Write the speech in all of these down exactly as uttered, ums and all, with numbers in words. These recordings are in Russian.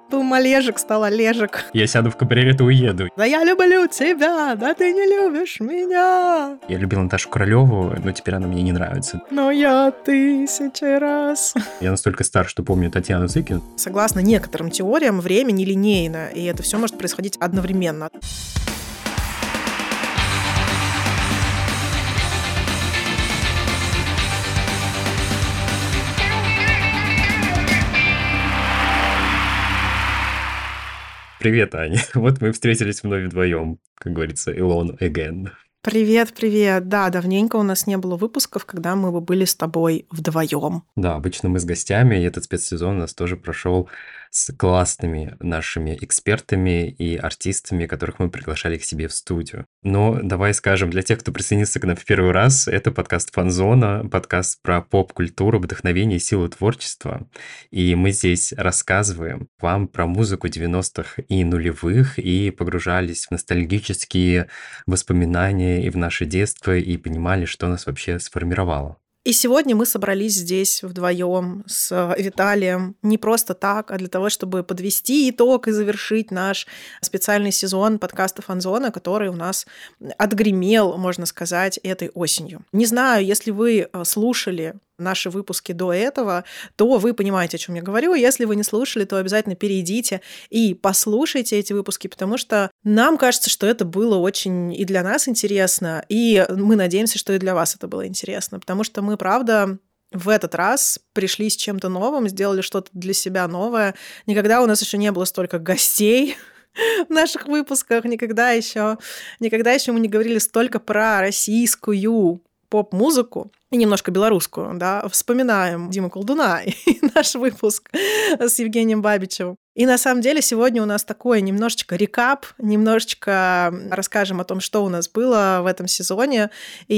Был Малежик, стал Олежек. Я сяду в кабриолет и уеду. Да я люблю тебя, да ты не любишь меня. Я любил Наташу Королеву, но теперь она мне не нравится. Но я тысячи раз. Я настолько стар, что помню Татьяну Зыкину. Согласно некоторым теориям, время нелинейно, и это все может происходить одновременно. Привет, Аня. Вот мы встретились вновь вдвоем, как говорится, alone again. Привет, привет. Да, давненько у нас не было выпусков, когда мы бы были с тобой вдвоем. Да, обычно мы с гостями, и этот спецсезон у нас тоже прошел с классными нашими экспертами и артистами, которых мы приглашали к себе в студию. Но давай скажем, для тех, кто присоединился к нам в первый раз, это подкаст «Фанзона», подкаст про поп-культуру, вдохновение и силу творчества. И мы здесь рассказываем вам про музыку девяностых и нулевых, и погружались в ностальгические воспоминания и в наше детство, и понимали, что нас вообще сформировало. И сегодня мы собрались здесь вдвоем с Виталием не просто так, а для того, чтобы подвести итог и завершить наш специальный сезон подкаста «Фанзона», который у нас отгремел, можно сказать, этой осенью. Не знаю, если вы слушали наши выпуски до этого, то вы понимаете, о чем я говорю. Если вы не слушали, то обязательно перейдите и послушайте эти выпуски, потому что нам кажется, что это было очень и для нас интересно, и мы надеемся, что и для вас это было интересно, потому что мы, правда, в этот раз пришли с чем-то новым, сделали что-то для себя новое. Никогда у нас еще не было столько гостей в наших выпусках, никогда еще, никогда еще мы не говорили столько про российскую поп-музыку и немножко белорусскую, да, вспоминаем Диму Колдуна и наш выпуск с Евгением Бабичевым. И на самом деле сегодня у нас такой немножечко рекап, немножечко расскажем о том, что у нас было в этом сезоне,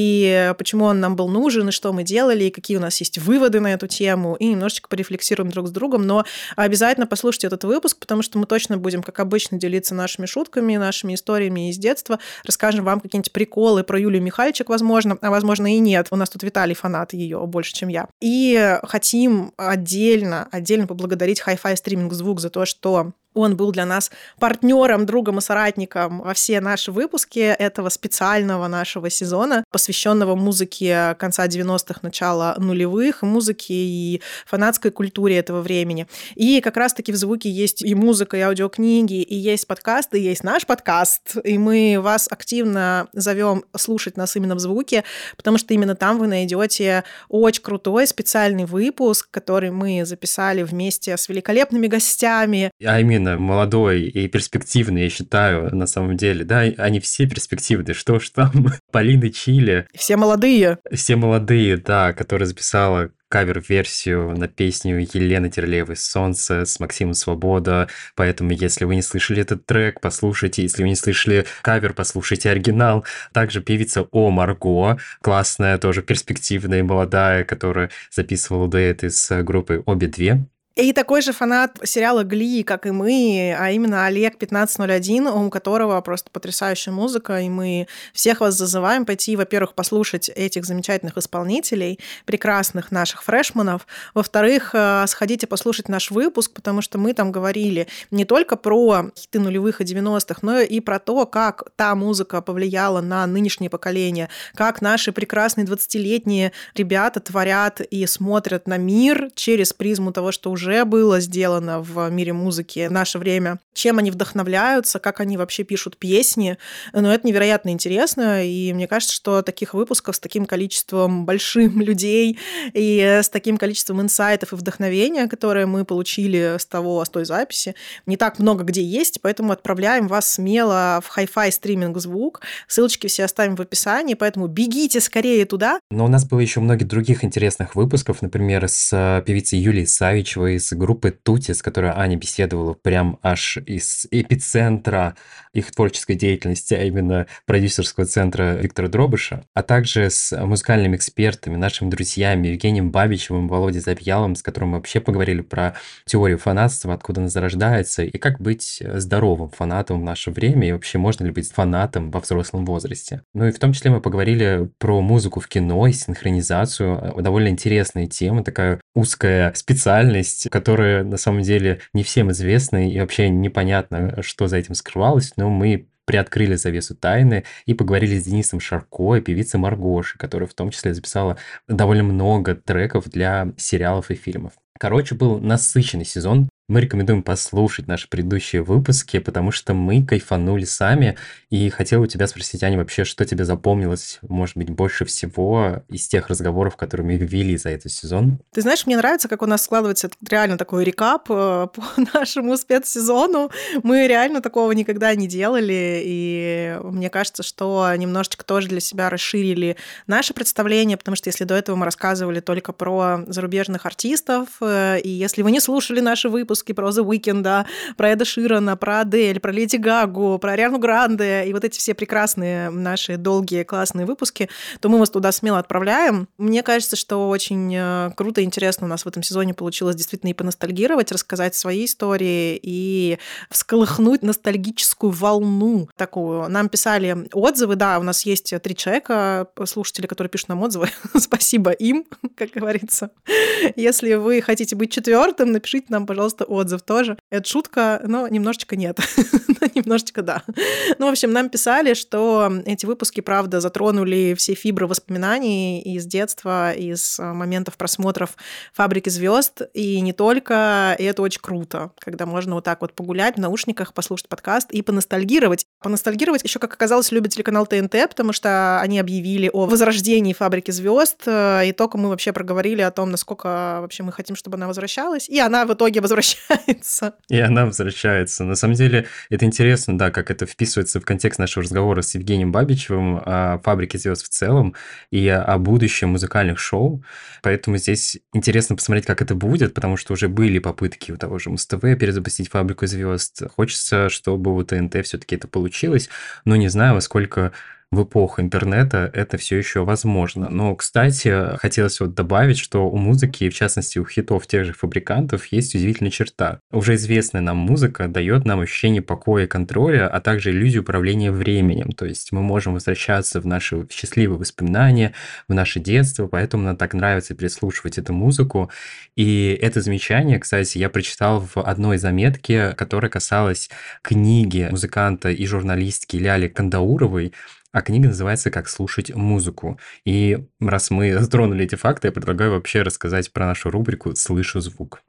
и почему он нам был нужен, и что мы делали, и какие у нас есть выводы на эту тему, и немножечко порефлексируем друг с другом, но обязательно послушайте этот выпуск, потому что мы точно будем, как обычно, делиться нашими шутками, нашими историями из детства, расскажем вам какие-нибудь приколы про Юлию Михальчик, возможно, а возможно и нет. У нас тут Виталий фанат ее больше, чем я. И хотим отдельно, отдельно поблагодарить Hi-Fi Streaming Звук за то, что он был для нас партнером, другом и соратником во все наши выпуски этого специального нашего сезона, посвященного музыке конца девяностых, начала нулевых, музыке и фанатской культуре этого времени. И как раз-таки в Звуке есть и музыка, и аудиокниги, и есть подкасты, и есть наш подкаст, и мы вас активно зовем слушать нас именно в Звуке, потому что именно там вы найдете очень крутой специальный выпуск, который мы записали вместе с великолепными гостями. А именно молодой и перспективный, я считаю, на самом деле. Да, они все перспективные. Что ж там? Полина Чили. Все молодые. Все молодые, да, которая записала кавер-версию на песню Елены Терлеевой «Солнце» с Максимом Свобода. Поэтому, если вы не слышали этот трек, послушайте. Если вы не слышали кавер, послушайте оригинал. Также певица О. Марго, классная, тоже перспективная и молодая, которая записывала дуэты с группой «Обе две». И такой же фанат сериала «Гли», как и мы, а именно Олег пятнадцать ноль один, у которого просто потрясающая музыка, и мы всех вас зазываем пойти, во-первых, послушать этих замечательных исполнителей, прекрасных наших фрешманов, во-вторых, сходите послушать наш выпуск, потому что мы там говорили не только про хиты нулевых и девяностых, но и про то, как та музыка повлияла на нынешнее поколение, как наши прекрасные двадцатилетние ребята творят и смотрят на мир через призму того, что уже уже было сделано в мире музыки в наше время, чем они вдохновляются, как они вообще пишут песни. Но это невероятно интересно, и мне кажется, что таких выпусков с таким количеством большим людей и с таким количеством инсайтов и вдохновения, которые мы получили с того, с той записи, не так много где есть, поэтому отправляем вас смело в Hi-Fi Streaming Звук. Ссылочки все оставим в описании, поэтому бегите скорее туда. Но у нас было еще много других интересных выпусков, например, с певицей Юлией Савичевой, с группы Тути, с которой Аня беседовала прям аж из эпицентра их творческой деятельности, а именно продюсерского центра Виктора Дробыша, а также с музыкальными экспертами, нашими друзьями Евгением Бабичевым, Володей Завьялом, с которым мы вообще поговорили про теорию фанатства, откуда она зарождается, и как быть здоровым фанатом в наше время, и вообще можно ли быть фанатом во взрослом возрасте. Ну и в том числе мы поговорили про музыку в кино и синхронизацию, довольно интересная тема, такая узкая специальность, есть, которые на самом деле не всем известны и вообще непонятно, что за этим скрывалось, но мы приоткрыли завесу тайны и поговорили с Денисом Шарко и певицей Маргошей, которая в том числе записала довольно много треков для сериалов и фильмов. Короче, был насыщенный сезон. Мы рекомендуем послушать наши предыдущие выпуски, потому что мы кайфанули сами. И хотел у тебя спросить, Аня, вообще, что тебе запомнилось, может быть, больше всего из тех разговоров, которые мы вели за этот сезон? Ты знаешь, мне нравится, как у нас складывается реально такой рекап по нашему спецсезону. Мы реально такого никогда не делали, и мне кажется, что немножечко тоже для себя расширили наше представление, потому что если до этого мы рассказывали только про зарубежных артистов, и если вы не слушали наши выпуски про The Weeknd, да, про Эда Ширана, про Адель, про Леди Гагу, про Ариану Гранде и вот эти все прекрасные наши долгие классные выпуски, то мы вас туда смело отправляем. Мне кажется, что очень круто и интересно у нас в этом сезоне получилось действительно и поностальгировать, рассказать свои истории и всколыхнуть ностальгическую волну такую. Нам писали отзывы, да, у нас есть три человека, слушатели, которые пишут нам отзывы. Спасибо им, как говорится. Если вы хотите быть четвертым, напишите нам, пожалуйста, отзыв тоже. Это шутка, но немножечко нет. Но немножечко да. Ну, в общем, нам писали, что эти выпуски, правда, затронули все фибры воспоминаний из детства, из моментов просмотров «Фабрики звезд», и не только. И это очень круто, когда можно вот так вот погулять в наушниках, послушать подкаст и поностальгировать. Поностальгировать еще, как оказалось, любит телеканал ТНТ, потому что они объявили о возрождении «Фабрики звезд», и только мы вообще проговорили о том, насколько вообще мы хотим, чтобы она возвращалась, и она в итоге возвращается. И она возвращается. На самом деле, это интересно, да, как это вписывается в контекст нашего разговора с Евгением Бабичевым о «Фабрике звезд» в целом и о будущем музыкальных шоу. Поэтому здесь интересно посмотреть, как это будет, потому что уже были попытки у того же Муз-ТВ перезапустить «Фабрику звезд». Хочется, чтобы у ТНТ все-таки это получилось, но не знаю, во сколько в эпоху интернета это все еще возможно. Но, кстати, хотелось вот добавить, что у музыки, и в частности у хитов тех же фабрикантов, есть удивительная черта. Уже известная нам музыка дает нам ощущение покоя и контроля, а также иллюзию управления временем. То есть мы можем возвращаться в наши счастливые воспоминания, в наше детство, поэтому нам так нравится переслушивать эту музыку. И это замечание, кстати, я прочитал в одной заметке, которая касалась книги музыканта и журналистки Ляли Кандауровой. А книга называется «Как слушать музыку». И раз мы затронули эти факты, я предлагаю вообще рассказать про нашу рубрику «Слышу звук».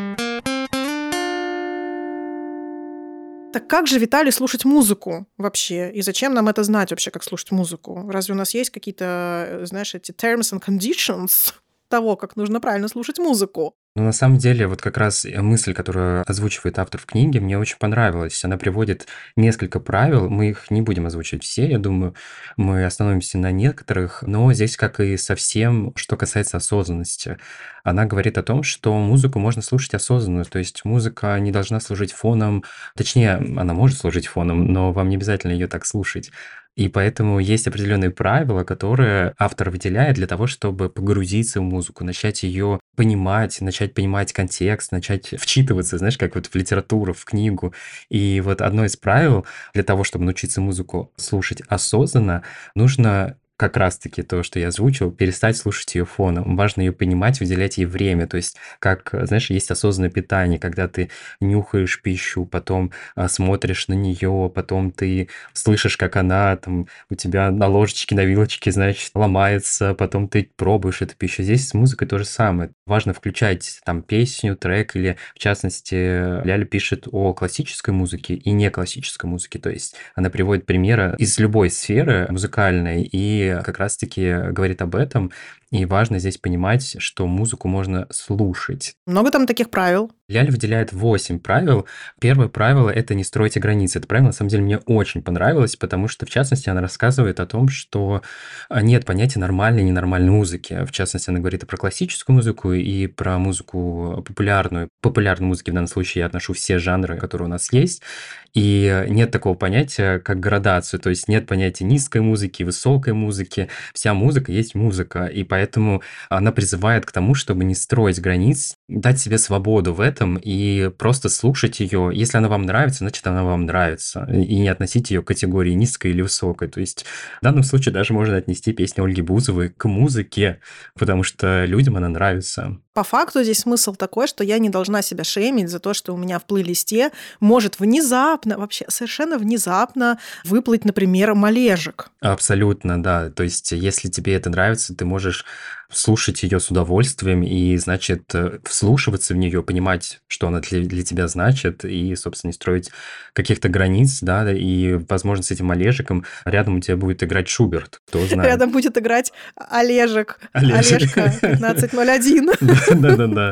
Так как же, Виталий, слушать музыку вообще? И зачем нам это знать вообще, как слушать музыку? Разве у нас есть какие-то, знаешь, эти terms and conditions того, как нужно правильно слушать музыку? Ну, на самом деле, вот как раз мысль, которую озвучивает автор в книге, мне очень понравилась. Она приводит несколько правил, мы их не будем озвучивать все, я думаю, мы остановимся на некоторых, но здесь, как и со всем, что касается осознанности, она говорит о том, что музыку можно слушать осознанно, то есть музыка не должна служить фоном, точнее, она может служить фоном, но вам не обязательно ее так слушать. И поэтому есть определенные правила, которые автор выделяет для того, чтобы погрузиться в музыку, начать ее понимать, начать понимать контекст, начать вчитываться, знаешь, как вот в литературу, в книгу. И вот одно из правил для того, чтобы научиться музыку слушать осознанно, нужно как раз-таки то, что я озвучил, перестать слушать ее фоном. Важно ее понимать, выделять ей время. То есть, как, знаешь, есть осознанное питание, когда ты нюхаешь пищу, потом а, смотришь на нее, потом ты слышишь, как она там у тебя на ложечке, на вилочке, значит, ломается, потом ты пробуешь эту пищу. Здесь с музыкой то же самое. Важно включать там песню, трек, или, в частности, Ляля пишет о классической музыке и не классической музыке. То есть, она приводит примеры из любой сферы музыкальной и как раз-таки говорит об этом. И важно здесь понимать, что музыку можно слушать. Много там таких правил? Ляля выделяет восемь правил. Первое правило – это не стройте границы. Это правило, на самом деле, мне очень понравилось, потому что, в частности, она рассказывает о том, что нет понятия нормальной и ненормальной музыки. В частности, она говорит и про классическую музыку, и про музыку популярную. К популярной музыке в данном случае я отношу все жанры, которые у нас есть. И нет такого понятия, как градацию. То есть нет понятия низкой музыки, высокой музыки. Вся музыка есть музыка. И поэтому поэтому она призывает к тому, чтобы не строить границ, дать себе свободу в этом и просто слушать ее. Если она вам нравится, значит, она вам нравится. И не относить ее к категории низкой или высокой. То есть в данном случае даже можно отнести песню Ольги Бузовой к музыке, потому что людям она нравится. По факту здесь смысл такой, что я не должна себя шеймить за то, что у меня в плейлисте может внезапно, вообще совершенно внезапно выплыть, например, Малежик. Абсолютно, да. То есть если тебе это нравится, ты можешь слушать ее с удовольствием и, значит, э, вслушиваться в нее, понимать, что она для, для тебя значит, и, собственно, не строить каких-то границ, да, и, возможно, с этим Олежиком рядом у тебя будет играть Шуберт, кто знает. Рядом будет играть Олежек, Олежек. Олежка пятнадцать ноль один. Да-да-да.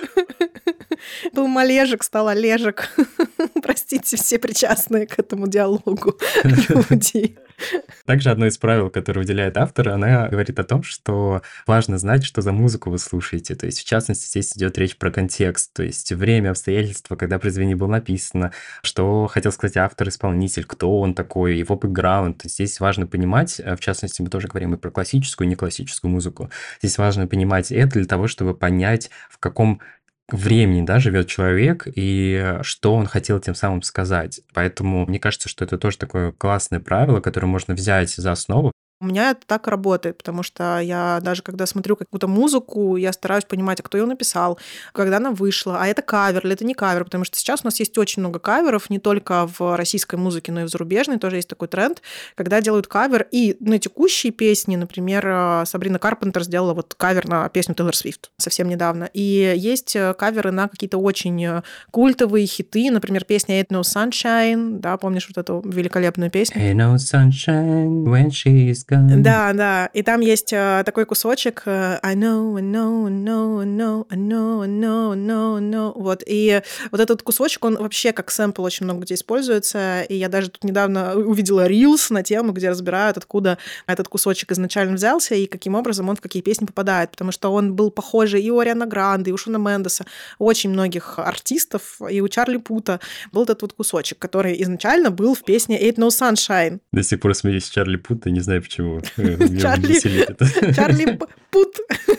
Был Малежик, стал Олежек. Простите, все причастные к этому диалогу люди. Также одно из правил, которое выделяет автор, она говорит о том, что важно знать, что за музыку вы слушаете. То есть, в частности, здесь идет речь про контекст, то есть время, обстоятельства, когда произведение было написано, что хотел сказать автор-исполнитель, кто он такой, его бэкграунд. Здесь важно понимать, в частности, мы тоже говорим и про классическую, и не классическую музыку. Здесь важно понимать это для того, чтобы понять, в каком времени, да, живет человек и что он хотел тем самым сказать. Поэтому мне кажется, что это тоже такое классное правило, которое можно взять за основу. У меня это так работает, потому что я даже когда смотрю какую-то музыку, я стараюсь понимать, а кто ее написал, когда она вышла, а это кавер или это не кавер, потому что сейчас у нас есть очень много каверов, не только в российской музыке, но и в зарубежной, тоже есть такой тренд, когда делают кавер, и на текущие песни, например, Сабрина Карпентер сделала вот кавер на песню Тейлор Свифт совсем недавно, и есть каверы на какие-то очень культовые хиты, например, песня Ain't No Sunshine, да, помнишь вот эту великолепную песню? Ain't no sunshine when she's gone. Да, да. И там есть э, такой кусочек э, I know, I know, I know, I know, I know, I know, I know, I know. Вот. И вот этот кусочек, он вообще как сэмпл очень много где используется. И я даже тут недавно увидела Reels на тему, где разбирают, откуда этот кусочек изначально взялся и каким образом он в какие песни попадает. Потому что он был похожий и у Арианы Гранде, и у Шона Мендеса, у очень многих артистов, и у Чарли Пута был этот вот кусочек, который изначально был в песне Ain't No Sunshine. До сих пор смеюсь с Чарли Пута, не знаю почему. Чарли, Чарли Пут.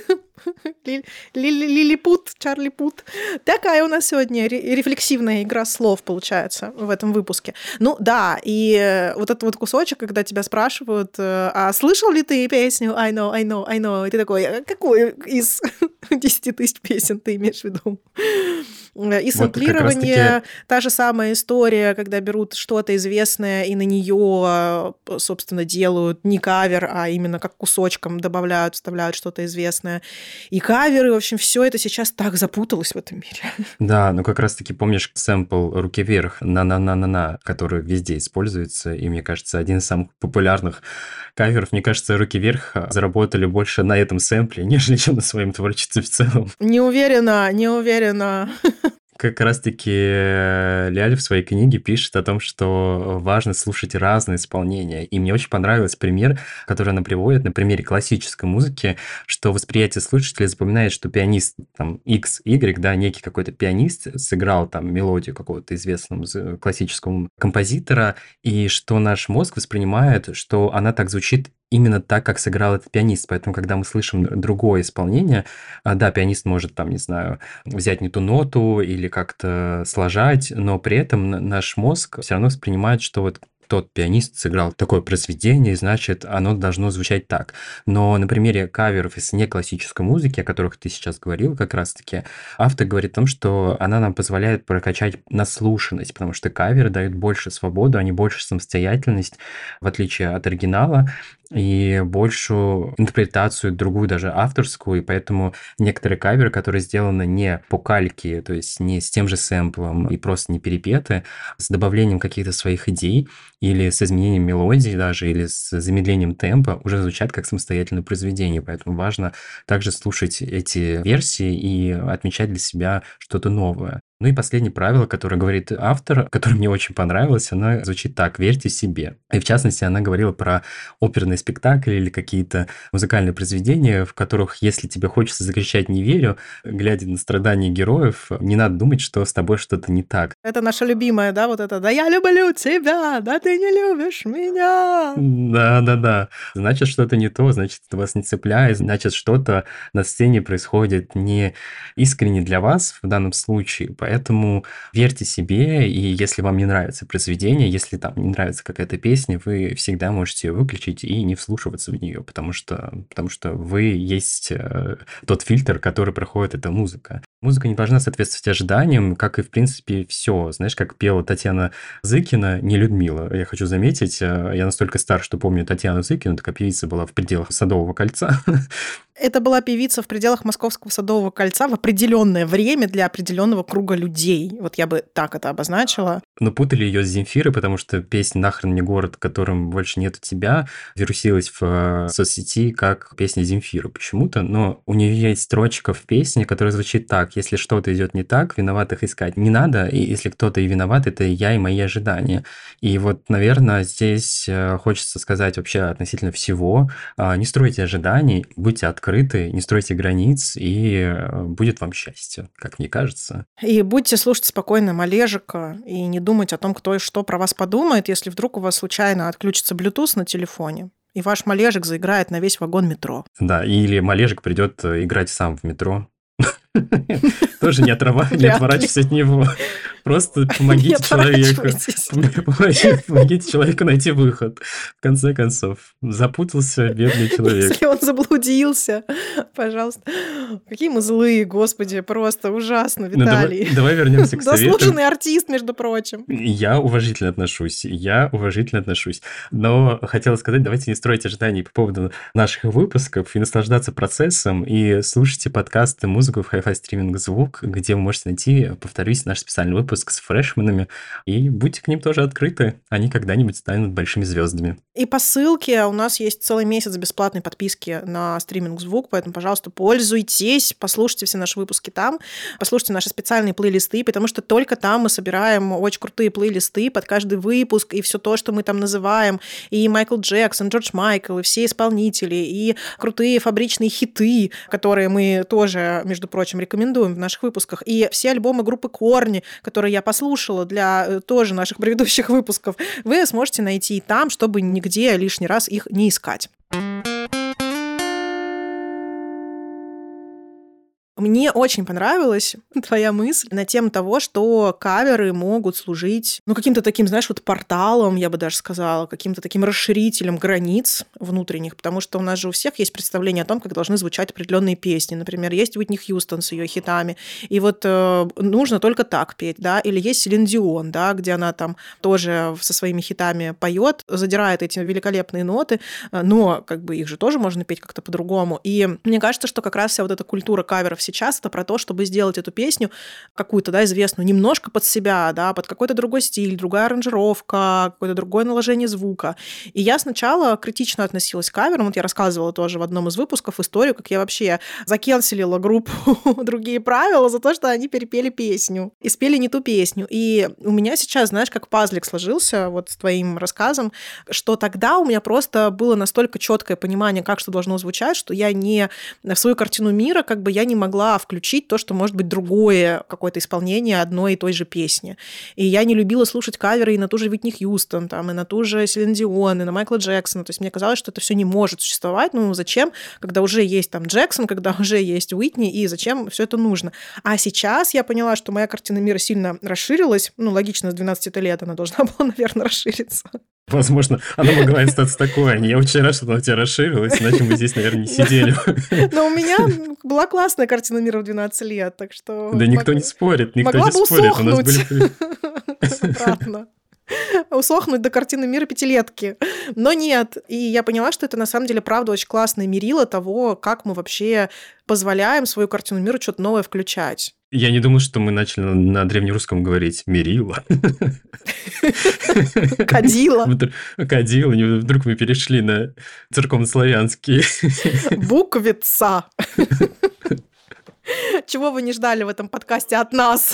Лилипут, Чарли Пут. Такая у нас сегодня рефлексивная игра слов получается в этом выпуске. Ну да, и вот этот вот кусочек, когда тебя спрашивают, а слышал ли ты песню I know, I know, I know, и ты такой, какую из десяти тысяч песен ты имеешь в виду? И сэмплирование, вот таки... та же самая история, когда берут что-то известное и на нее, собственно, делают не кавер, а именно как кусочком добавляют, вставляют что-то известное. И каверы, в общем, все это сейчас так запуталось в этом мире. Да, ну как раз-таки помнишь сэмпл «Руки вверх» «на-на-на-на-на», который везде используется, и, мне кажется, один из самых популярных каверов. Мне кажется, «Руки вверх» заработали больше на этом сэмпле, нежели чем на своем творчестве в целом. Не уверена, не уверена. Как раз-таки Ляль в своей книге пишет о том, что важно слушать разные исполнения. И мне очень понравился пример, который она приводит на примере классической музыки, что восприятие слушателя запоминает, что пианист там X Y, да, некий какой-то пианист сыграл там мелодию какого-то известного классического композитора, и что наш мозг воспринимает, что она так звучит именно так, как сыграл этот пианист. Поэтому, когда мы слышим другое исполнение, да, пианист может, там, не знаю, взять не ту ноту или как-то сложать, но при этом наш мозг все равно воспринимает, что вот тот пианист сыграл такое произведение, и значит, оно должно звучать так. Но на примере каверов из неклассической музыки, о которых ты сейчас говорил как раз-таки, автор говорит о том, что она нам позволяет прокачать наслушанность, потому что каверы дают больше свободу, они больше самостоятельность, в отличие от оригинала, и большую интерпретацию, другую даже авторскую, и поэтому некоторые каверы, которые сделаны не по кальке, то есть не с тем же сэмплом и просто не перепеты, с добавлением каких-то своих идей или с изменением мелодии даже, или с замедлением темпа, уже звучат как самостоятельное произведение, поэтому важно также слушать эти версии и отмечать для себя что-то новое. Ну и последнее правило, которое говорит автор, которое мне очень понравилось, оно звучит так: верьте себе. И в частности, она говорила про оперные спектакли или какие-то музыкальные произведения, в которых, если тебе хочется закричать «не верю», глядя на страдания героев, не надо думать, что с тобой что-то не так. Это наша любимая, да, вот это «да я люблю тебя, да ты не любишь меня». Да-да-да. Значит, что-то не то, значит, это вас не цепляет, значит, что-то на сцене происходит не искренне для вас в данном случае. Поэтому верьте себе, и если вам не нравится произведение, если там не нравится какая-то песня, вы всегда можете ее выключить и не вслушиваться в нее, потому что, потому что вы есть э, тот фильтр, который проходит эта музыка. Музыка не должна соответствовать ожиданиям, как и, в принципе, все. Знаешь, как пела Татьяна Зыкина, не Людмила. Я хочу заметить, э, я настолько стар, что помню Татьяну Зыкину, такая певица была в пределах Садового кольца. Это была певица в пределах Московского Садового кольца в определенное время для определенного круга людей. Вот я бы так это обозначила. Но путали ее с Земфирой, потому что песня «Нахрен мне город, в котором больше нету тебя» вирусилась в соцсети как песня Земфиры почему-то, но у нее есть строчка в песне, которая звучит так: если что-то идет не так, виноватых искать не надо, и если кто-то и виноват, это я и мои ожидания. И вот, наверное, здесь хочется сказать вообще относительно всего: не стройте ожиданий, будьте открыты, не стройте границ, и будет вам счастье, как мне кажется. И будьте слушать спокойно Малежика, и не думать о том, кто и что про вас подумает, если вдруг у вас случайно отключится Bluetooth на телефоне, и ваш Малежик заиграет на весь вагон метро. Да, или Малежик придет играть сам в метро. Тоже не отворачивайтесь от него. Просто помогите человеку. Помогите человеку найти выход. В конце концов, запутался бедный человек. Если он заблудился, пожалуйста. Какие мы злые, господи, просто ужасно, Виталий. Ну, давай, давай вернемся к советам. Заслуженный артист, между прочим. Я уважительно отношусь, я уважительно отношусь. Но хотела сказать, давайте не строить ожиданий по поводу наших выпусков и наслаждаться процессом, и слушайте подкасты «Музыку в Hi-Fi стриминг звук», где вы можете найти, повторюсь, наш специальный выпуск с фрешменами, и будьте к ним тоже открыты, они когда-нибудь станут большими звездами. И по ссылке у нас есть целый месяц бесплатной подписки на стриминг звук, поэтому, пожалуйста, пользуйтесь, послушайте все наши выпуски там, послушайте наши специальные плейлисты, потому что только там мы собираем очень крутые плейлисты под каждый выпуск, и все то, что мы там называем, и Майкл Джексон, Джордж Майкл, и все исполнители, и крутые фабричные хиты, которые мы тоже, между прочим, рекомендуем в наших выпусках, и все альбомы группы Корни, которые я послушала для тоже наших предыдущих выпусков, вы сможете найти там, чтобы нигде лишний раз их не искать. Мне очень понравилась твоя мысль на тему того, что каверы могут служить, ну, каким-то таким, знаешь, вот порталом, я бы даже сказала, каким-то таким расширителем границ внутренних, потому что у нас же у всех есть представление о том, как должны звучать определенные песни. Например, есть Уитни Хьюстон с ее хитами, и вот э, нужно только так петь, да, или есть Селин Дион, да, где она там тоже со своими хитами поет, задирает эти великолепные ноты, но как бы их же тоже можно петь как-то по-другому. И мне кажется, что как раз вся вот эта культура каверов сейчас это про то, чтобы сделать эту песню какую-то, да, известную, немножко под себя, да, под какой-то другой стиль, другая аранжировка, какое-то другое наложение звука. И я сначала критично относилась к каверам. Вот я рассказывала тоже в одном из выпусков историю, как я вообще закенселила группу «Другие правила» за то, что они перепели песню и спели не ту песню. И у меня сейчас, знаешь, как пазлик сложился вот с твоим рассказом, что тогда у меня просто было настолько четкое понимание, как что должно звучать, что я не в свою картину мира, как бы я не могла включить то, что может быть другое какое-то исполнение одной и той же песни. И я не любила слушать каверы и на ту же Уитни Хьюстон, там, и на ту же Селин Дион, и на Майкла Джексона. То есть мне казалось, что это все не может существовать. Ну, зачем, когда уже есть там Джексон, когда уже есть Уитни, и зачем все это нужно? А сейчас я поняла, что моя картина мира сильно расширилась. Ну, логично, с двенадцати лет она должна была, наверное, расшириться. Возможно, она могла остаться такой. Я очень рад, что она у тебя расширилась, иначе мы здесь, наверное, не сидели. Но у меня была классная картина мира в двенадцать лет, так что... Да никто не спорит, никто не спорит. У нас были... Обратно. Усохнуть до картины мира пятилетки. Но нет. И я поняла, что это на самом деле, правда, очень классное мерило того, как мы вообще позволяем свою картину мира что-то новое включать. Я не думаю, что мы начали на древнерусском говорить «мерило». Кадила. Кадила. Вдруг мы перешли на церковнославянский. Буквица. Чего вы не ждали в этом подкасте от нас,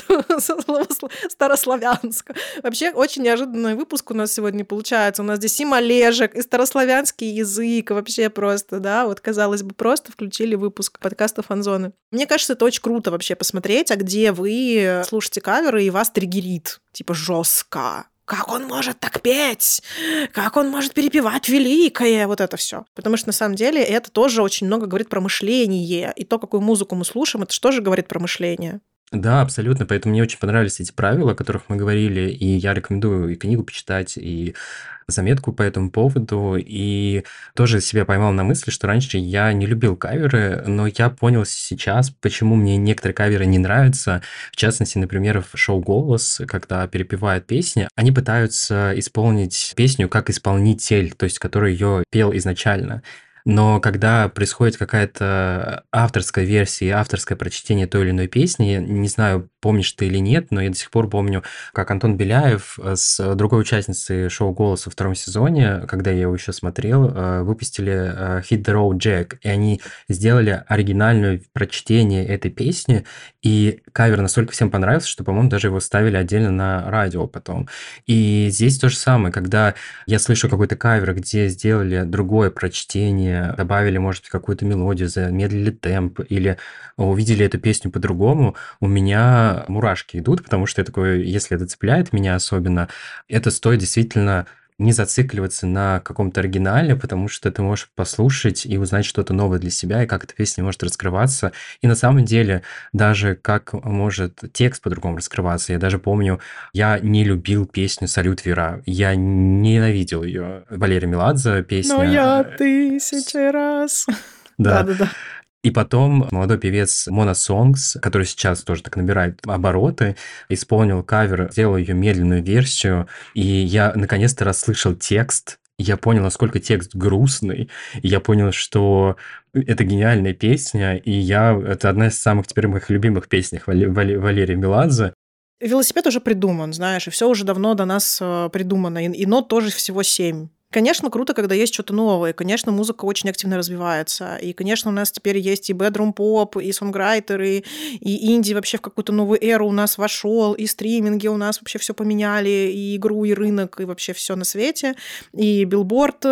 Старославянска. Вообще, очень неожиданный выпуск у нас сегодня получается. У нас здесь и малежик, и старославянский язык, вообще просто, да, вот, казалось бы, просто включили выпуск подкаста «Фанзоны». Мне кажется, это очень круто вообще посмотреть, а где вы слушаете каверы, и вас триггерит, типа, жестко. Как он может так петь? Как он может перепевать великое? Вот это все. Потому что на самом деле это тоже очень много говорит про мышление. И то, какую музыку мы слушаем, это же тоже говорит про мышление. Да, абсолютно. Поэтому мне очень понравились эти правила, о которых мы говорили. И я рекомендую и книгу почитать, и заметку по этому поводу. И тоже себя поймал на мысли, что раньше я не любил каверы, но я понял сейчас, почему мне некоторые каверы не нравятся. В частности, например, в шоу «Голос», когда перепевают песни, они пытаются исполнить песню как исполнитель, то есть который ее пел изначально. Но когда происходит какая-то авторская версия, авторское прочтение той или иной песни, не знаю, помнишь ты или нет, но я до сих пор помню, как Антон Беляев с другой участницей шоу «Голос» во втором сезоне, когда я его еще смотрел, выпустили «Hit the Road Jack», и они сделали оригинальное прочтение этой песни, и кавер настолько всем понравился, что, по-моему, даже его ставили отдельно на радио потом. И здесь то же самое, когда я слышу какой-то кавер, где сделали другое прочтение, добавили, может быть, какую-то мелодию, замедлили темп или увидели эту песню по-другому, у меня мурашки идут, потому что я такой, если это цепляет меня особенно, это стоит действительно не зацикливаться на каком-то оригинале, потому что ты можешь послушать и узнать что-то новое для себя, и как эта песня может раскрываться. И на самом деле даже как может текст по-другому раскрываться. Я даже помню, я не любил песню «Салют, Вера». Я ненавидел ее. Валерия Меладзе песня. Но я тысячи раз. Да. Да-да-да. И потом молодой певец Mona Songs, который сейчас тоже так набирает обороты, исполнил кавер, сделал ее медленную версию, и я наконец-то расслышал текст. Я понял, насколько текст грустный, и я понял, что это гениальная песня, и я это одна из самых теперь моих любимых песней Вали, Вали, Валерии Меладзе. Велосипед уже придуман, знаешь, и все уже давно до нас придумано, и, и нот тоже всего семь. Конечно, круто, когда есть что-то новое. Конечно, музыка очень активно развивается. И, конечно, у нас теперь есть и бедрум-поп, и сонграйтеры, и инди вообще в какую-то новую эру у нас вошел, и стриминги у нас вообще все поменяли, и игру, и рынок, и вообще все на свете, и билборд,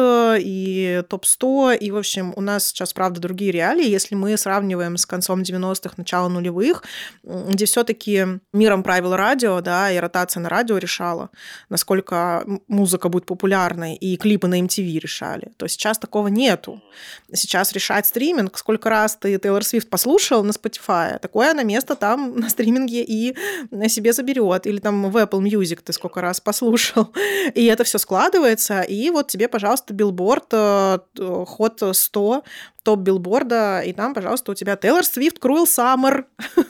и топ сто, и, в общем, у нас сейчас, правда, другие реалии, если мы сравниваем с концом девяностых, началом нулевых, где все-таки миром правил радио, да, и ротация на радио решала, насколько музыка будет популярной, и клипы на эм ти ви решали. То сейчас такого нету. Сейчас решает стриминг. Сколько раз ты Тейлор Свифт послушал на Spotify, такое она место там на стриминге и себе заберет. Или там в Apple Music ты сколько раз послушал. И это все складывается. И вот тебе, пожалуйста, билборд, хот сто, топ билборда, и там, пожалуйста, у тебя Тейлор Свифт, Cruel Summer.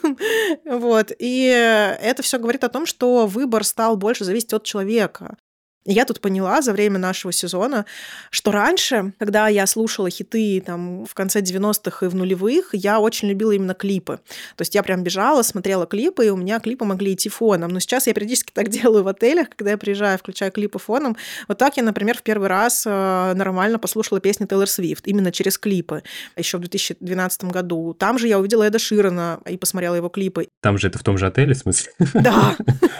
Вот. И это все говорит о том, что выбор стал больше зависеть от человека. Я тут поняла за время нашего сезона, что раньше, когда я слушала хиты там, в конце девяностых и в нулевых, я очень любила именно клипы. То есть я прям бежала, смотрела клипы, и у меня клипы могли идти фоном. Но сейчас я периодически так делаю в отелях, когда я приезжаю, включаю клипы фоном. Вот так я, например, в первый раз нормально послушала песни Тейлор Свифт, именно через клипы, еще в две тысячи двенадцатом году. Там же я увидела Эда Ширана и посмотрела его клипы. Там же это в том же отеле, в смысле? Да.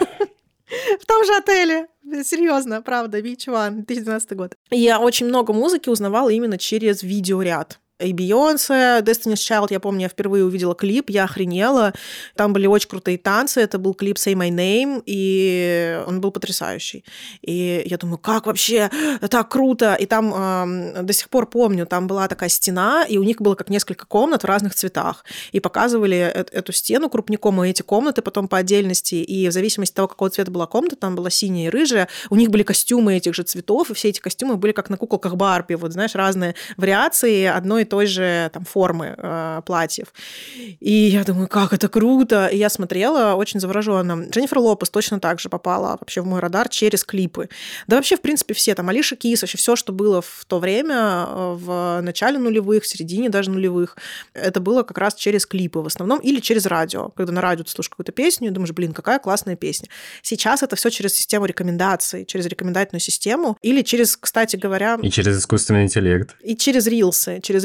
В том же отеле. Серьезно, правда, Beach One, две тысячи двенадцатый год. Я очень много музыки узнавала именно через видеоряд. И Бейонсе, Destiny's Child, я помню, я впервые увидела клип, я охренела. Там были очень крутые танцы, это был клип Say My Name, и он был потрясающий. И я думаю, как вообще, так круто. И там э, до сих пор помню, там была такая стена, и у них было как несколько комнат в разных цветах. И показывали э- эту стену крупником, и эти комнаты потом по отдельности. И в зависимости от того, какого цвета была комната, там была синяя и рыжая, у них были костюмы этих же цветов, и все эти костюмы были как на куколках Барби, вот знаешь, разные вариации одной и той же там, формы э, платьев. И я думаю, как это круто. И я смотрела очень завороженно. Дженнифер Лопес точно так же попала вообще в мой радар через клипы. Да вообще, в принципе, все. Там Алиша Кис, вообще все, что было в то время, в начале нулевых, в середине даже нулевых, это было как раз через клипы в основном или через радио. Когда на радио ты слушаешь какую-то песню и думаешь, блин, какая классная песня. Сейчас это все через систему рекомендаций, через рекомендательную систему или через, кстати говоря... И через искусственный интеллект. И через рилсы. Через рилсы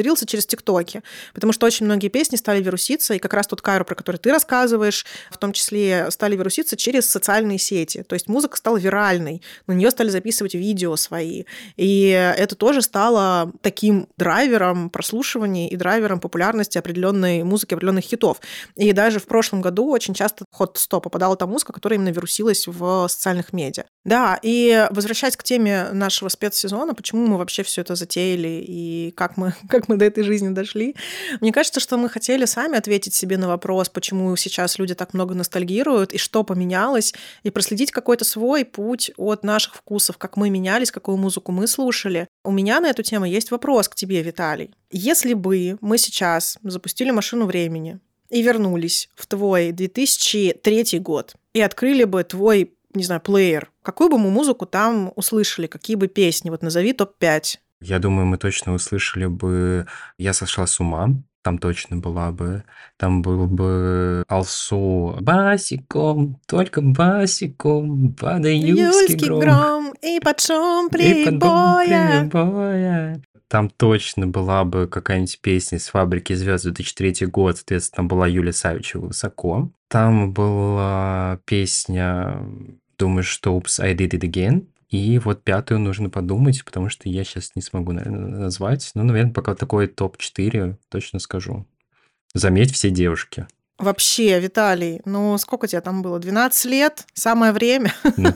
появился через ТикТоки, потому что очень многие песни стали вируситься, и как раз тот Кайро, про который ты рассказываешь, в том числе стали вируситься через социальные сети. То есть музыка стала виральной, на нее стали записывать видео свои. И это тоже стало таким драйвером прослушивания и драйвером популярности определенной музыки, определенных хитов. И даже в прошлом году очень часто в хот сто попадала та музыка, которая именно вирусилась в социальных медиа. Да, и возвращаясь к теме нашего спецсезона, почему мы вообще все это затеяли и как мы, как мы до этой жизни дошли, мне кажется, что мы хотели сами ответить себе на вопрос, почему сейчас люди так много ностальгируют и что поменялось, и проследить какой-то свой путь от наших вкусов, как мы менялись, какую музыку мы слушали. У меня на эту тему есть вопрос к тебе, Виталий. Если бы мы сейчас запустили машину времени и вернулись в твой две тысячи третий год и открыли бы твой, не знаю, плеер, какую бы мы музыку там услышали, какие бы песни? Вот назови топ пять. Я думаю, мы точно услышали бы «Я сошла с ума». Там точно была бы. Там был бы Алсу «Басиком, только басиком, падай юльский гром». гром и под шум И под дом прибоя. прибоя. Там точно была бы какая-нибудь песня с «Фабрики звезд» две тысячи третий год, соответственно, там была Юлия Савичева «Высоко». Там была песня «Думаешь, что Oops, I did it again». И вот пятую нужно подумать, потому что я сейчас не смогу, наверное, назвать. Ну, наверное, пока такой топ четыре точно скажу. Заметь, все девушки. Вообще, Виталий, ну сколько тебе там было? двенадцать лет? Самое время.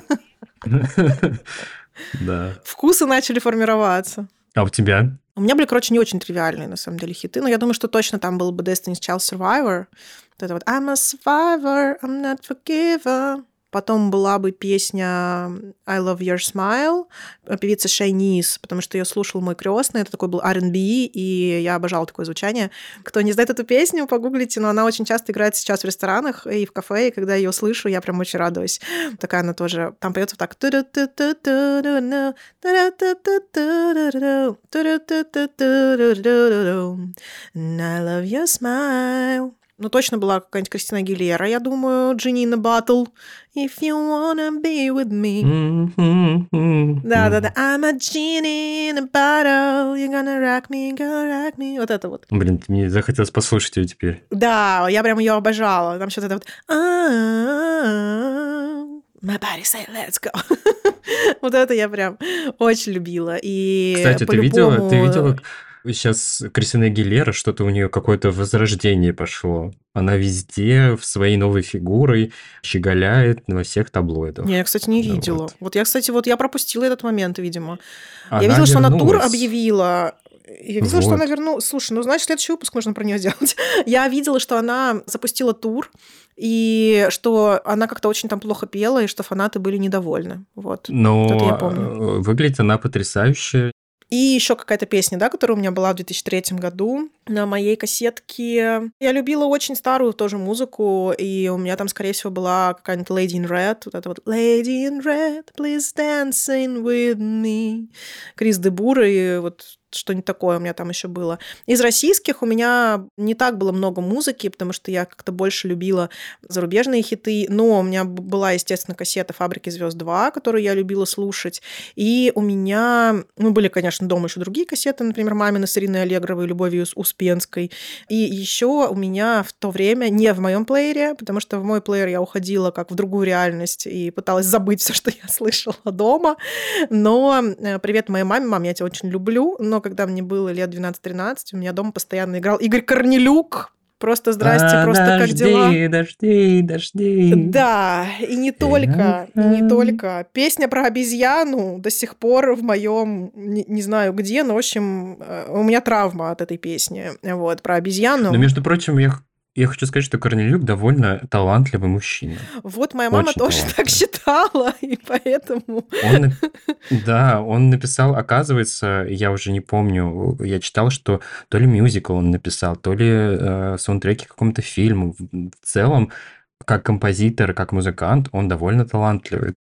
Да. Вкусы начали формироваться. А у тебя? У меня были, короче, не очень тривиальные, на самом деле, хиты, но я думаю, что точно там был бы Destiny's Child Survivor. Вот это вот I'm a survivor, I'm not forgiver. Потом была бы песня I Love Your Smile певицы Шайниз, потому что ее слушал мой крестный. Это такой был ар энд би, и я обожала такое звучание. Кто не знает эту песню, погуглите, но она очень часто играет сейчас в ресторанах и в кафе, и когда я ее слышу, я прям очень радуюсь. Такая она тоже... Там поется так... I love your smile. Ну, точно была какая-нибудь Кристина Агилера, я думаю, Genie in a Bottle. If you wanna be with me. Да-да-да. I'm a genie in a bottle. You're gonna rock me, gonna rock me. Вот это вот. Блин, мне захотелось послушать ее теперь. Да, я прям ее обожала. Там что-то вот... My body say let's go. Вот это я прям очень любила. И кстати, ты видела, ты видела... Сейчас Кристина Агилера, что-то у нее какое-то возрождение пошло. Она везде в своей новой фигурой щеголяет во всех таблоидах. Не, я, кстати, не Ну видела. вот. Вот я, кстати, вот я пропустила этот момент, видимо. Она я видела, что она тур вернулась. объявила. Я видела, что Вот. она вернулась. Слушай, ну, значит, следующий выпуск нужно про нее сделать. Я видела, что она запустила тур, и что она как-то очень там плохо пела, и что фанаты были недовольны. Вот. Но Вот это я помню. выглядит она потрясающе. И еще какая-то песня, да, которая у меня была в две тысячи третьем году на моей кассетке. Я любила очень старую тоже музыку, и у меня там, скорее всего, была какая-нибудь Lady in Red. Вот это вот Lady in Red, please dancing with me. Крис де Бур, и вот что-нибудь такое у меня там еще было. Из российских у меня не так было много музыки, потому что я как-то больше любила зарубежные хиты, но у меня была, естественно, кассета «Фабрики звезд два», которую я любила слушать, и у меня, ну, были, конечно, дома еще другие кассеты, например, «Мамина» с Ириной Аллегровой, «Любовью Успенской», и еще у меня в то время, не в моем плеере, потому что в мой плеер я уходила как в другую реальность и пыталась забыть все, что я слышала дома, но привет моей маме, мам, я тебя очень люблю, но когда мне было лет двенадцать-тринадцать, у меня дома постоянно играл Игорь Корнелюк. Просто здрасте, А, просто как дела? Дожди, дожди, дожди. Да, и не только, и не только. Песня про обезьяну до сих пор в моем, не, не знаю где, но, в общем, у меня травма от этой песни. Вот, про обезьяну. Но, между прочим, я, я хочу сказать, что Корнелюк довольно талантливый мужчина. Вот моя мама Очень тоже талантливый. так считала, и поэтому... Он, да, он написал, оказывается, я уже не помню, я читал, что то ли мюзикл он написал, то ли э, саундтреки к какому-то фильму. В целом, как композитор, как музыкант, он довольно талантливый.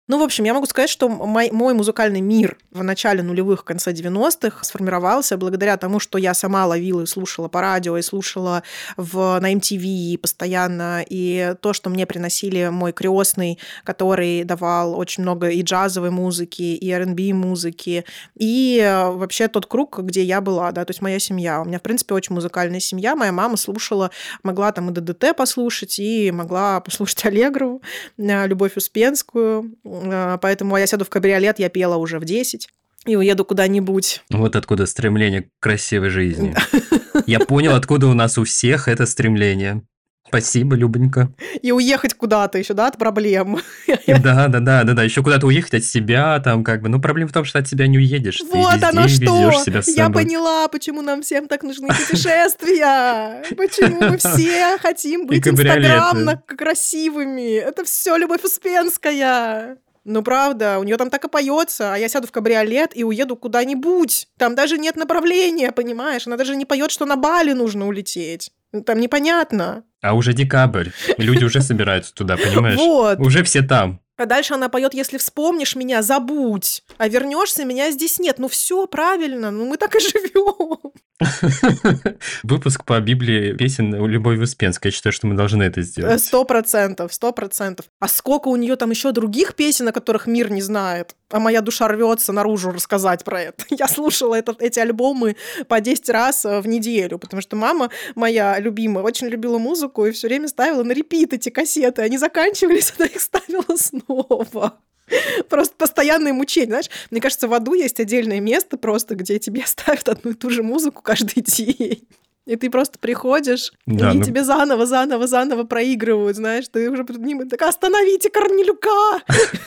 Ну, в общем, я могу сказать, что мой, мой музыкальный мир в начале нулевых, конце девяностых сформировался благодаря тому, что я сама ловила и слушала по радио, и слушала в, на эм ти ви постоянно, и то, что мне приносили мой крестный, который давал очень много и джазовой музыки, и ар энд би музыки, и вообще тот круг, где я была, да, то есть моя семья. У меня, в принципе, очень музыкальная семья. Моя мама слушала, могла там и ДДТ послушать, и могла послушать Аллегрову, Любовь Успенскую. Поэтому «Я сяду в кабриолет» я пела уже в десять и уеду куда-нибудь. Вот откуда стремление к красивой жизни. Я понял, откуда у нас у всех это стремление. Спасибо, Любонька. И уехать куда-то еще, да, от проблем. Да, да, да, да, да. Еще куда-то уехать от себя, там как бы. Ну, проблема в том, что от себя не уедешь. Вот оно что! Я поняла, почему нам всем так нужны путешествия. Почему мы все хотим быть инстаграмно красивыми. Это все Любовь Успенская. Ну, правда, у нее там так и поется, а я сяду в кабриолет и уеду куда-нибудь. Там даже нет направления, понимаешь? Она даже не поет, что на Бали нужно улететь. Там непонятно. А уже декабрь. Люди уже собираются туда, понимаешь? Вот. Уже все там. А дальше она поет: если вспомнишь меня, забудь. А вернешься, меня здесь нет. Ну все правильно, ну мы так и живем. Выпуск по Библии песен у Любови Успенской. Я считаю, что мы должны это сделать. Сто процентов, сто процентов. А сколько у нее там еще других песен, о которых мир не знает? А моя душа рвется наружу рассказать про это. Я слушала этот, эти альбомы по десять раз в неделю, потому что мама моя любимая очень любила музыку и все время ставила на репит эти кассеты. Они заканчивались, она их ставила снова. Просто постоянные мучения, знаешь. Мне кажется, в аду есть отдельное место просто, где тебе ставят одну и ту же музыку каждый день. И ты просто приходишь, да, и ну... тебе заново, заново, заново проигрывают, знаешь. Ты уже перед ним так: остановите Корнелюка!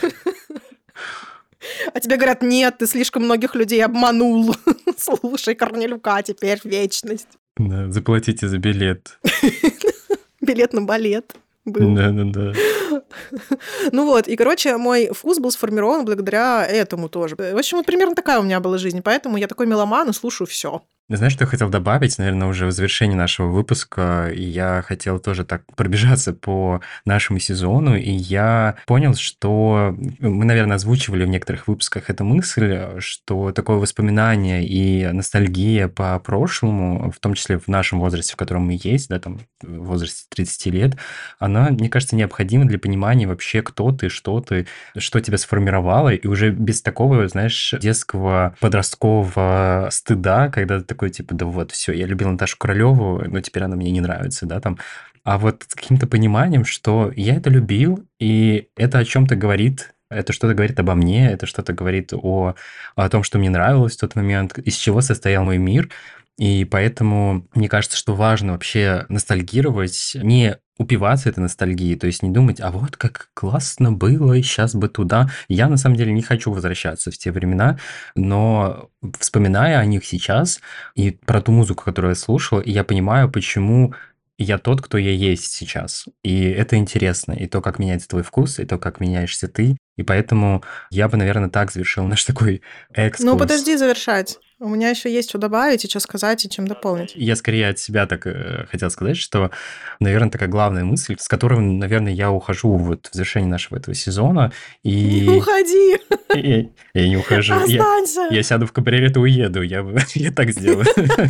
А тебе говорят: нет, ты слишком многих людей обманул. Слушай Корнелюка теперь в вечность. Да, заплатите за билет. Билет на балет. Был. Да, да, да. Ну вот, и, короче, мой вкус был сформирован благодаря этому тоже. В общем, вот примерно такая у меня была жизнь, поэтому я такой меломан и слушаю все. Знаешь, что я хотел добавить, наверное, уже в завершении нашего выпуска, и я хотел тоже так пробежаться по нашему сезону, и я понял, что мы, наверное, озвучивали в некоторых выпусках эту мысль, что такое воспоминание и ностальгия по прошлому, в том числе в нашем возрасте, в котором мы есть, да, там, в возрасте тридцати лет, она, мне кажется, необходима для понимания вообще, кто ты, что ты, что тебя сформировало, и уже без такого, знаешь, детского, подросткового стыда, когда ты такой, типа, да вот, все, я любил Наташу Королеву, но теперь она мне не нравится, да, там. А вот с каким-то пониманием, что я это любил, и это о чем-то говорит, это что-то говорит обо мне, это что-то говорит о, о том, что мне нравилось в тот момент, из чего состоял мой мир. И поэтому мне кажется, что важно вообще ностальгировать, не упиваться этой ностальгией, то есть не думать: а вот как классно было, и сейчас бы туда. Я, на самом деле, не хочу возвращаться в те времена, но вспоминая о них сейчас и про ту музыку, которую я слушал, я понимаю, почему я тот, кто я есть сейчас. И это интересно. И то, как меняется твой вкус, и то, как меняешься ты. И поэтому я бы, наверное, так завершил наш такой экскурс. Ну, подожди завершать. У меня еще есть что добавить, и что сказать, и чем дополнить. Я скорее от себя так э, хотел сказать, что, наверное, такая главная мысль, с которой, наверное, я ухожу вот в завершении нашего этого сезона. И... Не уходи! Я, я не ухожу. Останься! Я, я сяду в кабриолет и уеду. Я, я так сделаю.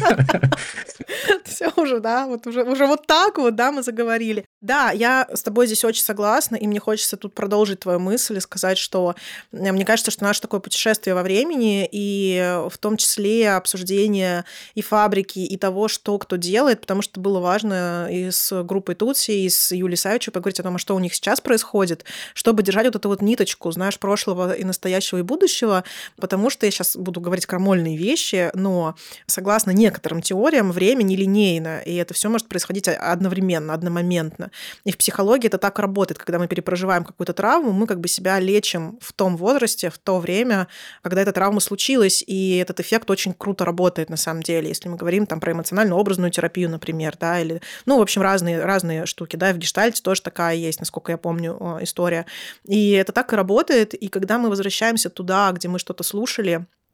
Все уже, да, вот уже, уже вот так вот, да, мы заговорили. Да, я с тобой здесь очень согласна, и мне хочется тут продолжить твою мысль и сказать, что мне кажется, что наше такое путешествие во времени, и в том числе обсуждение и фабрики, и того, что кто делает, потому что было важно и с группой Тутси, и с Юлией Савичевой поговорить о том, что у них сейчас происходит, чтобы держать вот эту вот ниточку, знаешь, прошлого и настоящего, и будущего, потому что я сейчас буду говорить крамольные вещи, но согласно некоторым теориям, время нелинейно, и это все может происходить одновременно, одномоментно. И в психологии это так работает, когда мы перепроживаем какую-то травму, мы как бы себя лечим в том возрасте, в то время, когда эта травма случилась, и этот эффект очень круто работает на самом деле, если мы говорим там про эмоционально-образную терапию, например, да, или, ну, в общем, разные, разные штуки, да, и в гештальте тоже такая есть, насколько я помню, история. И это так и работает, и когда мы возвращаемся туда, где мы что-то слушали,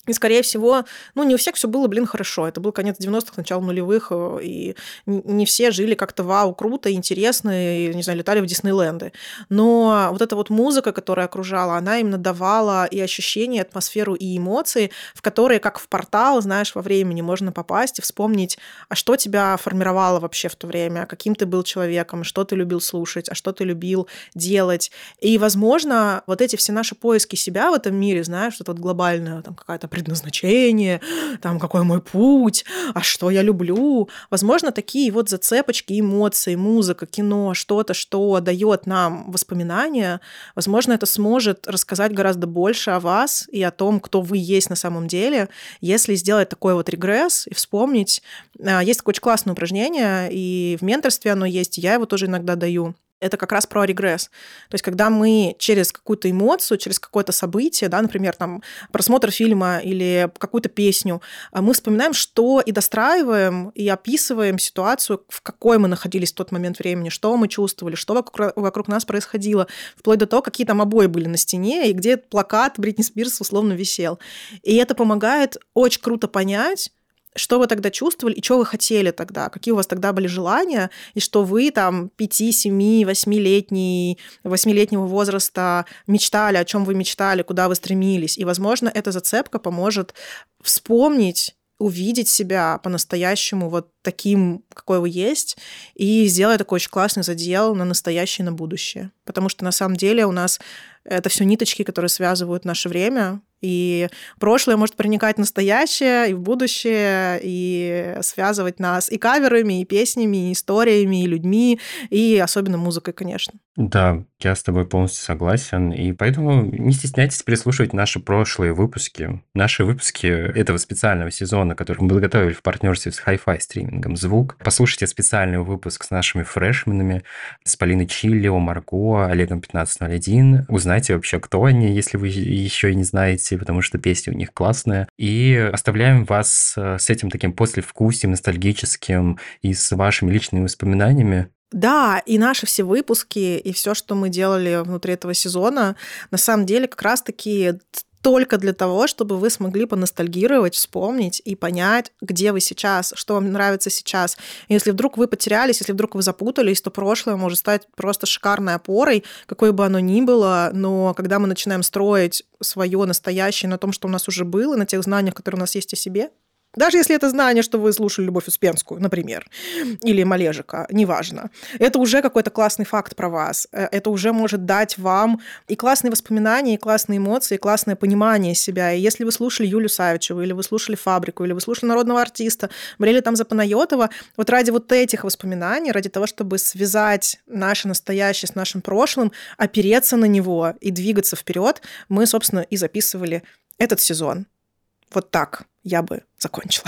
И, скорее всего, ну, не у всех все было, блин, хорошо. Это был конец девяностых, начало нулевых, и не все жили как-то вау, круто, интересно, и, не знаю, летали в Диснейленды. Но вот эта вот музыка, которая окружала, она именно давала и ощущение, атмосферу, и эмоции, в которые, как в портал, знаешь, во времени можно попасть и вспомнить, а что тебя формировало вообще в то время, каким ты был человеком, что ты любил слушать, а что ты любил делать. И, возможно, вот эти все наши поиски себя в этом мире, знаешь, что-то вот глобальное, там какая-то предназначение, там какой мой путь, а что я люблю. Возможно, такие вот зацепочки, эмоции, музыка, кино, что-то, что дает нам воспоминания, возможно, это сможет рассказать гораздо больше о вас и о том, кто вы есть на самом деле, если сделать такой вот регресс и вспомнить. Есть такое очень классное упражнение, и в менторстве оно есть, я его тоже иногда даю. Это как раз про регресс. То есть, когда мы через какую-то эмоцию, через какое-то событие, да, например, там, просмотр фильма или какую-то песню, мы вспоминаем, что и достраиваем, и описываем ситуацию, в какой мы находились в тот момент времени, что мы чувствовали, что вокруг, вокруг нас происходило, вплоть до того, какие там обои были на стене, и где плакат Бритни Спирс условно висел. И это помогает очень круто понять, что вы тогда чувствовали и что вы хотели тогда, какие у вас тогда были желания, и что вы там пяти, семи, восьмилетний, восьмилетнего возраста мечтали, о чем вы мечтали, куда вы стремились. И, возможно, эта зацепка поможет вспомнить, увидеть себя по-настоящему вот таким, какой вы есть, и сделать такой очень классный задел на настоящее и на будущее. Потому что на самом деле у нас это все ниточки, которые связывают наше время, и прошлое может проникать в настоящее и в будущее, и связывать нас и каверами, и песнями, и историями, и людьми, и особенно музыкой, конечно. Да, я с тобой полностью согласен, и поэтому не стесняйтесь переслушивать наши прошлые выпуски. Наши выпуски этого специального сезона, который мы подготовили в партнерстве с Hi-Fi стримингом «Звук». Послушайте специальный выпуск с нашими фрешменами, с Полиной Чиллио, Марго, Олегом пятнадцать ноль один. Узнайте вообще, кто они, если вы еще и не знаете, потому что песни у них классные. И оставляем вас с этим таким послевкусием ностальгическим и с вашими личными воспоминаниями. Да, и наши все выпуски, и все, что мы делали внутри этого сезона, на самом деле как раз-таки только для того, чтобы вы смогли поностальгировать, вспомнить и понять, где вы сейчас, что вам нравится сейчас. И если вдруг вы потерялись, если вдруг вы запутались, то прошлое может стать просто шикарной опорой, какой бы оно ни было, но когда мы начинаем строить свое настоящее на том, что у нас уже было, на тех знаниях, которые у нас есть о себе, даже если это знание, что вы слушали Любовь Успенскую, например, или Малежика, неважно. Это уже какой-то классный факт про вас. Это уже может дать вам и классные воспоминания, и классные эмоции, и классное понимание себя. И если вы слушали Юлю Савичеву, или вы слушали «Фабрику», или вы слушали народного артиста, болели там за Панайотова, вот ради вот этих воспоминаний, ради того, чтобы связать наше настоящее с нашим прошлым, опереться на него и двигаться вперед, мы, собственно, и записывали этот сезон. Вот так я бы закончила.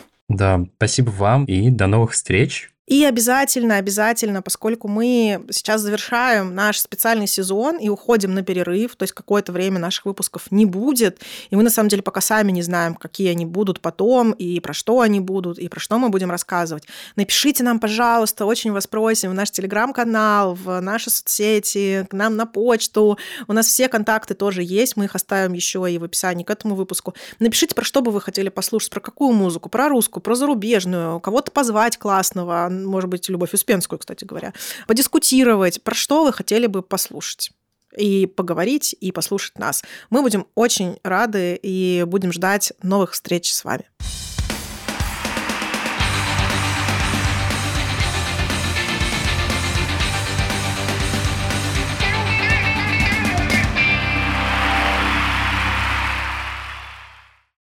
Да, спасибо вам и до новых встреч. И обязательно, обязательно, поскольку мы сейчас завершаем наш специальный сезон и уходим на перерыв, то есть какое-то время наших выпусков не будет, и мы на самом деле пока сами не знаем, какие они будут потом, и про что они будут, и про что мы будем рассказывать. Напишите нам, пожалуйста, очень вас просим, в наш телеграм-канал, в наши соцсети, к нам на почту. У нас все контакты тоже есть, мы их оставим еще и в описании к этому выпуску. Напишите, про что бы вы хотели послушать, про какую музыку, про русскую, про зарубежную, кого-то позвать классного, может быть, Любовь Успенскую, кстати говоря, подискутировать, про что вы хотели бы послушать. И поговорить, и послушать нас. Мы будем очень рады и будем ждать новых встреч с вами.